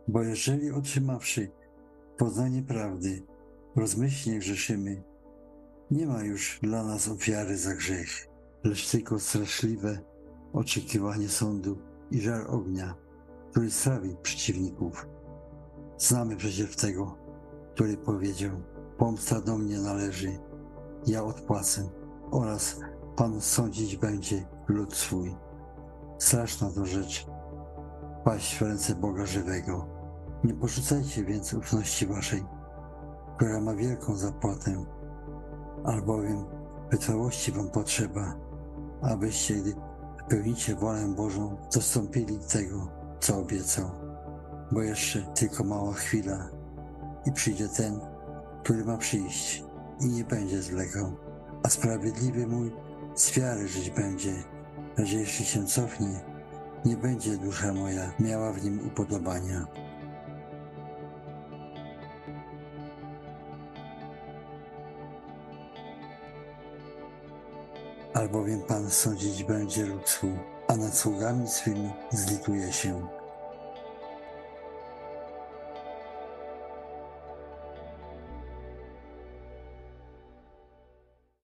Bo jeżeli otrzymawszy poznanie prawdy, rozmyślnie grzeszymy, nie ma już dla nas ofiary za grzech, lecz tylko straszliwe oczekiwanie sądu i żar ognia, który strawi przeciwników. Znamy przecież tego, który powiedział: pomsta do mnie należy, ja odpłacę, oraz Pan sądzić będzie lud swój. Straszna to rzecz, paść w ręce Boga żywego. Nie porzucajcie więc ufności waszej, która ma wielką zapłatę, albowiem wytrwałości wam potrzeba, abyście, gdy wypełnicie wolę Bożą, dostąpili tego, co obiecał. Bo jeszcze tylko mała chwila i przyjdzie ten, który ma przyjść i nie będzie zwlekał, a sprawiedliwy mój z wiary żyć będzie, lecz jeśli się cofnie, nie będzie dusza moja miała w nim upodobania. Albowiem Pan sądzić będzie lud swój, a nad sługami swymi zlituje się.